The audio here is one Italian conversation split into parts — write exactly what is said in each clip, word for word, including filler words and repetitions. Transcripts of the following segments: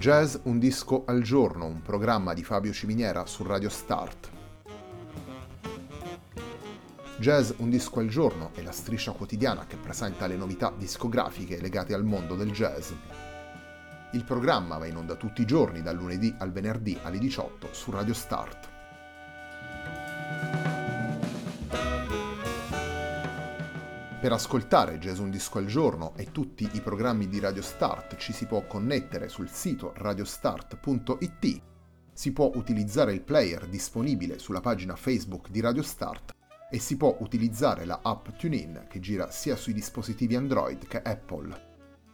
Jazz un disco al giorno, un programma di Fabio Ciminiera su Radio Start. Jazz un disco al giorno è la striscia quotidiana che presenta le novità discografiche legate al mondo del jazz. Il programma va in onda tutti i giorni dal lunedì al venerdì alle diciotto su Radio Start. Per ascoltare Jazz un disco al giorno e tutti i programmi di Radio Start ci si può connettere sul sito radiostart punto it, si può utilizzare il player disponibile sulla pagina Facebook di Radio Start e si può utilizzare la app TuneIn che gira sia sui dispositivi Android che Apple.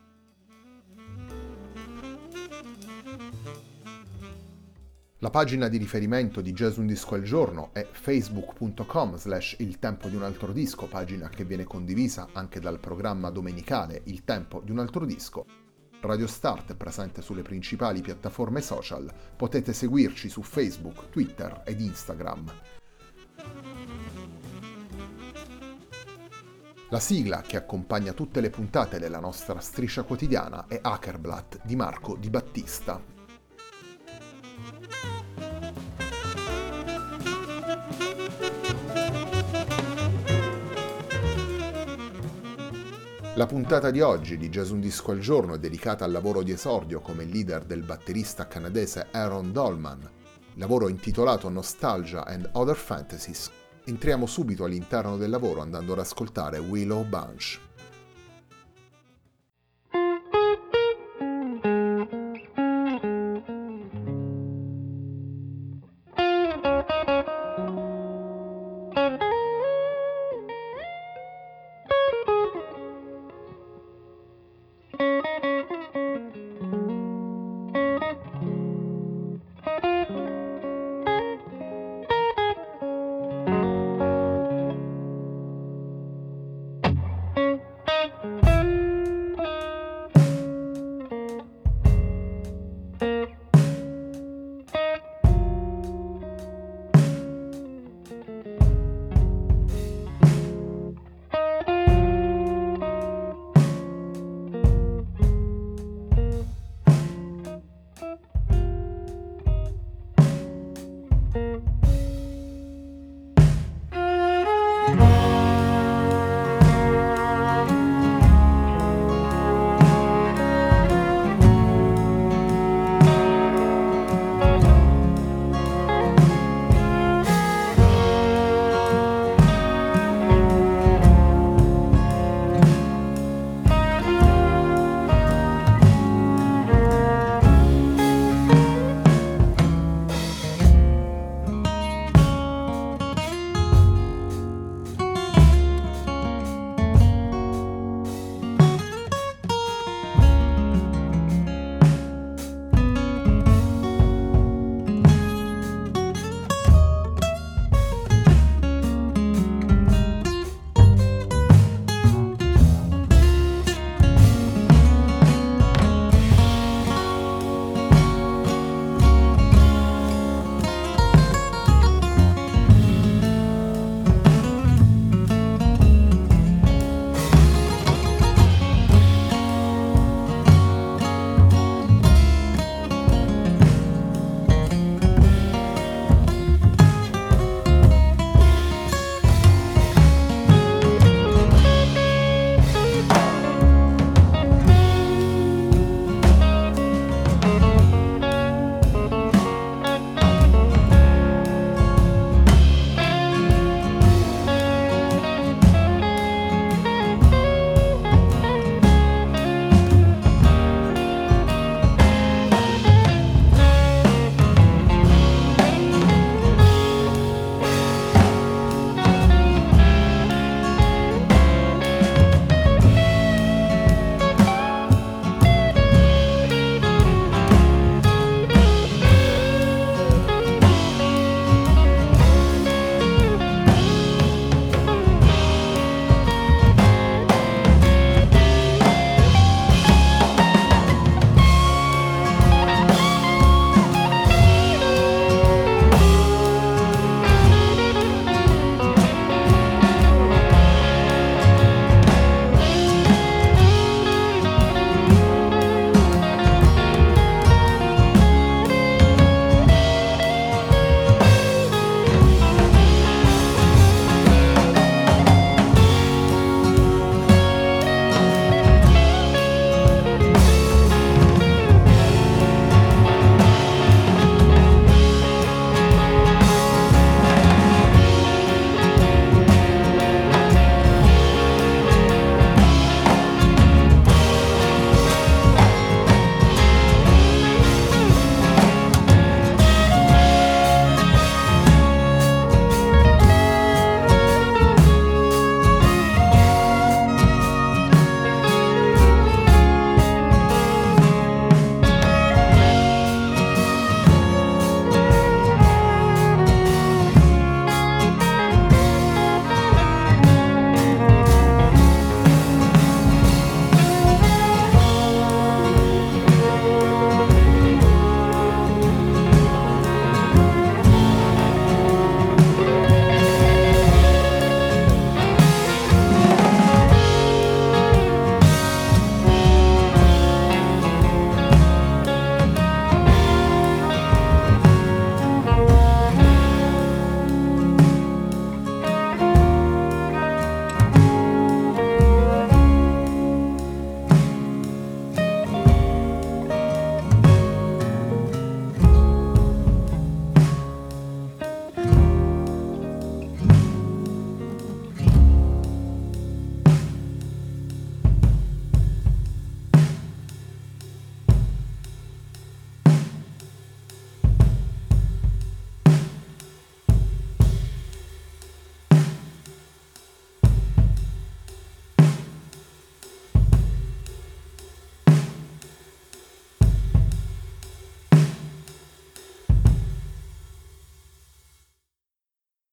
La pagina di riferimento di Jazz un disco al giorno è facebook punto com slash il tempo di un altro disco, pagina che viene condivisa anche dal programma domenicale Il tempo di un altro disco. Radio Start è presente sulle principali piattaforme social, potete seguirci su Facebook, Twitter ed Instagram. La sigla che accompagna tutte le puntate della nostra striscia quotidiana è Hackerblatt di Marco Di Battista. La puntata di oggi di Jazz un disco al giorno è dedicata al lavoro di esordio come leader del batterista canadese Aaron Dolman, lavoro intitolato Nostalgia and Other Fantasies. Entriamo subito all'interno del lavoro andando ad ascoltare Willow Bunch.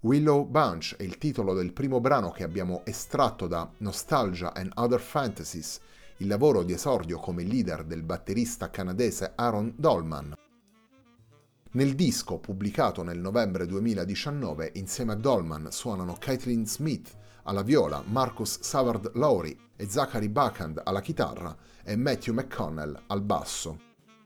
Willow Bunch è il titolo del primo brano che abbiamo estratto da Nostalgia and Other Fantasies, il lavoro di esordio come leader del batterista canadese Aaron Dolman. Nel disco, pubblicato nel novembre duemiladiciannove, insieme a Dolman suonano Caitlin Smith alla viola, Marcus Savard Lowry e Zachary Backhand alla chitarra e Matthew McConnell al basso.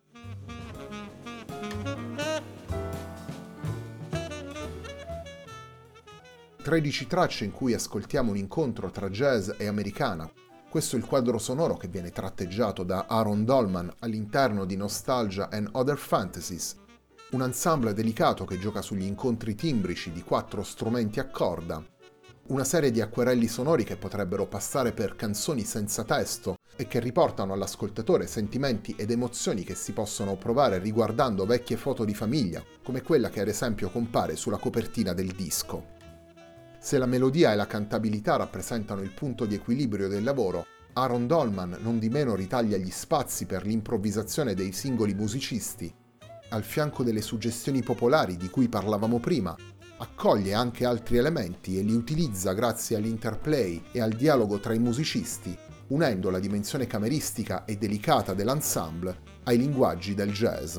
tredici tracce in cui ascoltiamo un incontro tra jazz e americana. Questo è il quadro sonoro che viene tratteggiato da Aaron Dolman all'interno di Nostalgia and Other Fantasies, un ensemble delicato che gioca sugli incontri timbrici di quattro strumenti a corda, una serie di acquerelli sonori che potrebbero passare per canzoni senza testo e che riportano all'ascoltatore sentimenti ed emozioni che si possono provare riguardando vecchie foto di famiglia, come quella che ad esempio compare sulla copertina del disco. Se la melodia e la cantabilità rappresentano il punto di equilibrio del lavoro, Aaron Dolman non di meno ritaglia gli spazi per l'improvvisazione dei singoli musicisti. Al fianco delle suggestioni popolari di cui parlavamo prima, accoglie anche altri elementi e li utilizza grazie all'interplay e al dialogo tra i musicisti, unendo la dimensione cameristica e delicata dell'ensemble ai linguaggi del jazz.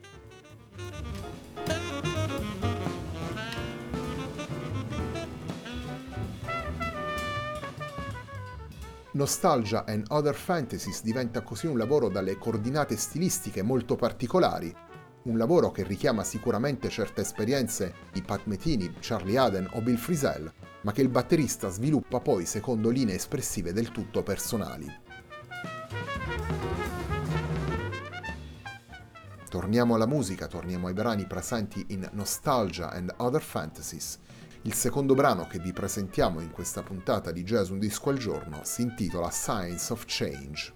Nostalgia and Other Fantasies diventa così un lavoro dalle coordinate stilistiche molto particolari, un lavoro che richiama sicuramente certe esperienze di Pat Metheny, Charlie Haden o Bill Frisell, ma che il batterista sviluppa poi secondo linee espressive del tutto personali. Torniamo alla musica, torniamo ai brani presenti in Nostalgia and Other Fantasies. Il secondo brano che vi presentiamo in questa puntata di Jazz Un Disco al Giorno si intitola Signs of Change.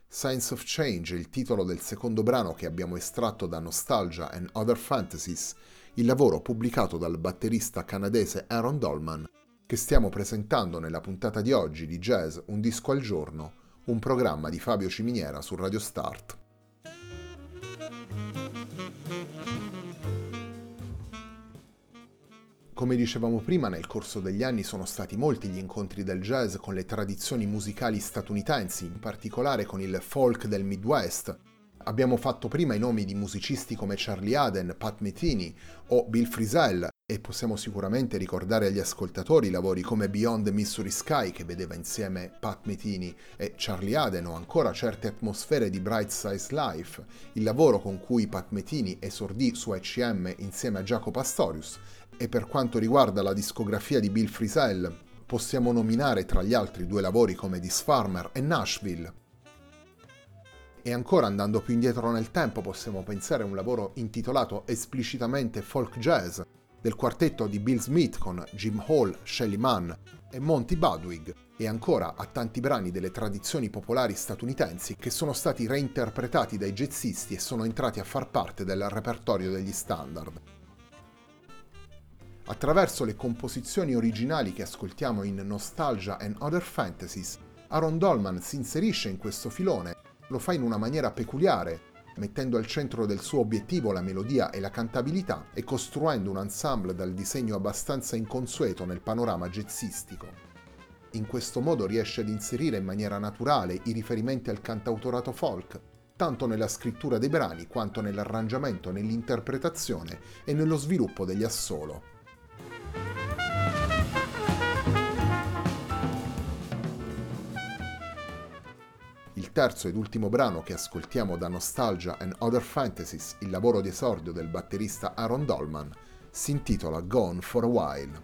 Sense of Change è il titolo del secondo brano che abbiamo estratto da Nostalgia and Other Fantasies, il lavoro pubblicato dal batterista canadese Aaron Dolman, che stiamo presentando nella puntata di oggi di Jazz Un Disco al Giorno, un programma di Fabio Ciminiera su Radio Start. Come dicevamo prima, nel corso degli anni sono stati molti gli incontri del jazz con le tradizioni musicali statunitensi, in particolare con il folk del Midwest. Abbiamo fatto prima i nomi di musicisti come Charlie Haden, Pat Metheny o Bill Frisell, e possiamo sicuramente ricordare agli ascoltatori lavori come Beyond the Missouri Sky, che vedeva insieme Pat Metheny e Charlie Haden, o ancora certe atmosfere di Bright Size Life, il lavoro con cui Pat Metheny esordì su E C M insieme a Jaco Pastorius. E per quanto riguarda la discografia di Bill Frisell, possiamo nominare tra gli altri due lavori come This Farmer e Nashville. E ancora, andando più indietro nel tempo, possiamo pensare a un lavoro intitolato esplicitamente folk jazz del quartetto di Bill Smith con Jim Hall, Shelly Manne e Monty Budwig, e ancora a tanti brani delle tradizioni popolari statunitensi che sono stati reinterpretati dai jazzisti e sono entrati a far parte del repertorio degli standard. Attraverso le composizioni originali che ascoltiamo in Nostalgia and Other Fantasies, Aaron Dolman si inserisce in questo filone, lo fa in una maniera peculiare, mettendo al centro del suo obiettivo la melodia e la cantabilità e costruendo un ensemble dal disegno abbastanza inconsueto nel panorama jazzistico. In questo modo riesce ad inserire in maniera naturale i riferimenti al cantautorato folk, tanto nella scrittura dei brani quanto nell'arrangiamento, nell'interpretazione e nello sviluppo degli assolo. Il terzo ed ultimo brano che ascoltiamo da Nostalgia and Other Fantasies, il lavoro di esordio del batterista Aaron Dolman, si intitola Gone for a While.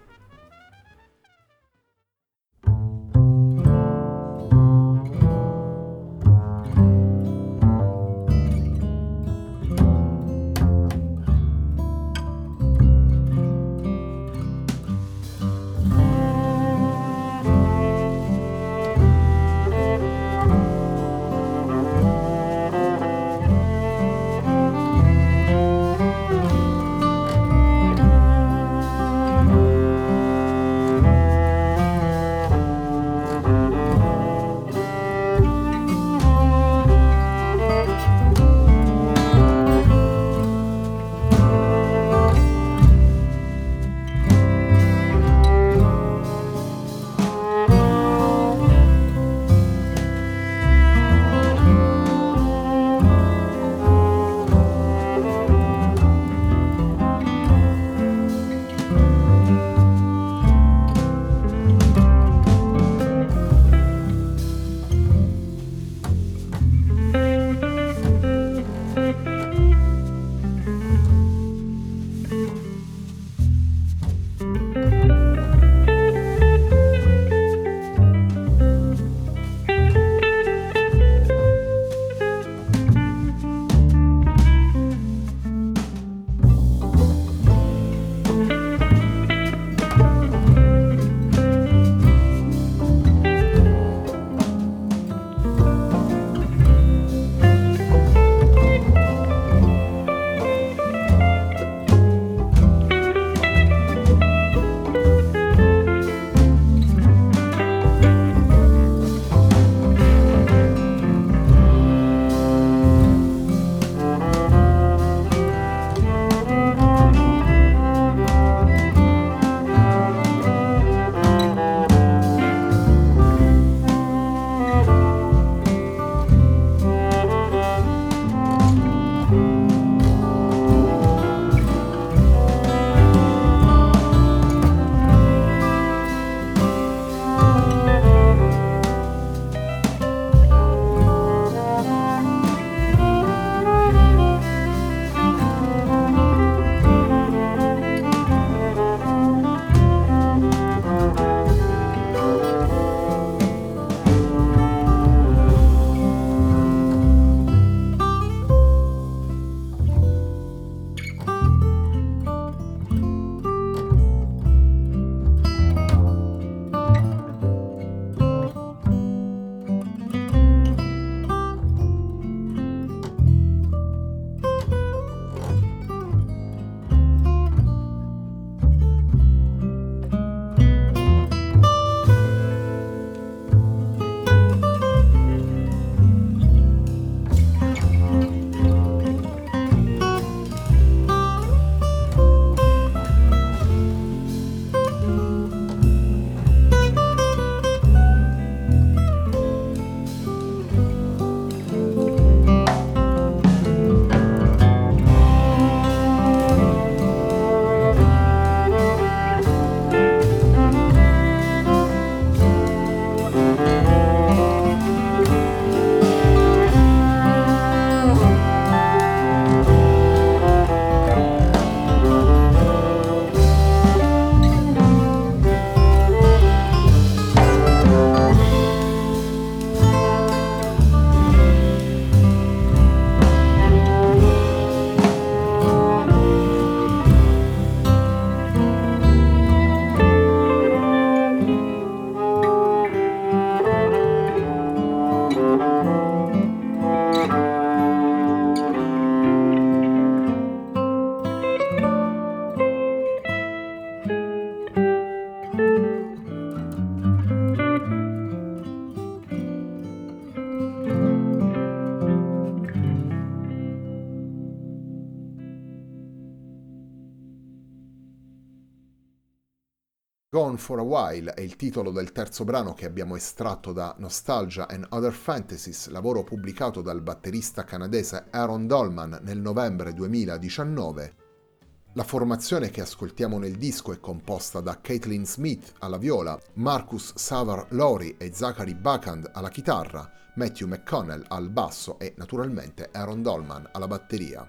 Gone for a While è il titolo del terzo brano che abbiamo estratto da Nostalgia and Other Fantasies, lavoro pubblicato dal batterista canadese Aaron Dolman nel novembre duemiladiciannove. La formazione che ascoltiamo nel disco è composta da Caitlin Smith alla viola, Marcus Savard-Lowry e Zachary Bacand alla chitarra, Matthew McConnell al basso e naturalmente Aaron Dolman alla batteria.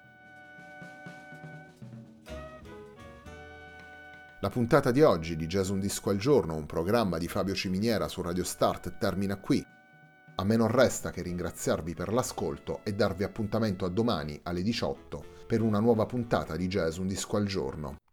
La puntata di oggi di Jazz Un Disco al Giorno, un programma di Fabio Ciminiera su Radio Start, termina qui. A me non resta che ringraziarvi per l'ascolto e darvi appuntamento a domani alle diciotto per una nuova puntata di Jazz Un Disco al Giorno.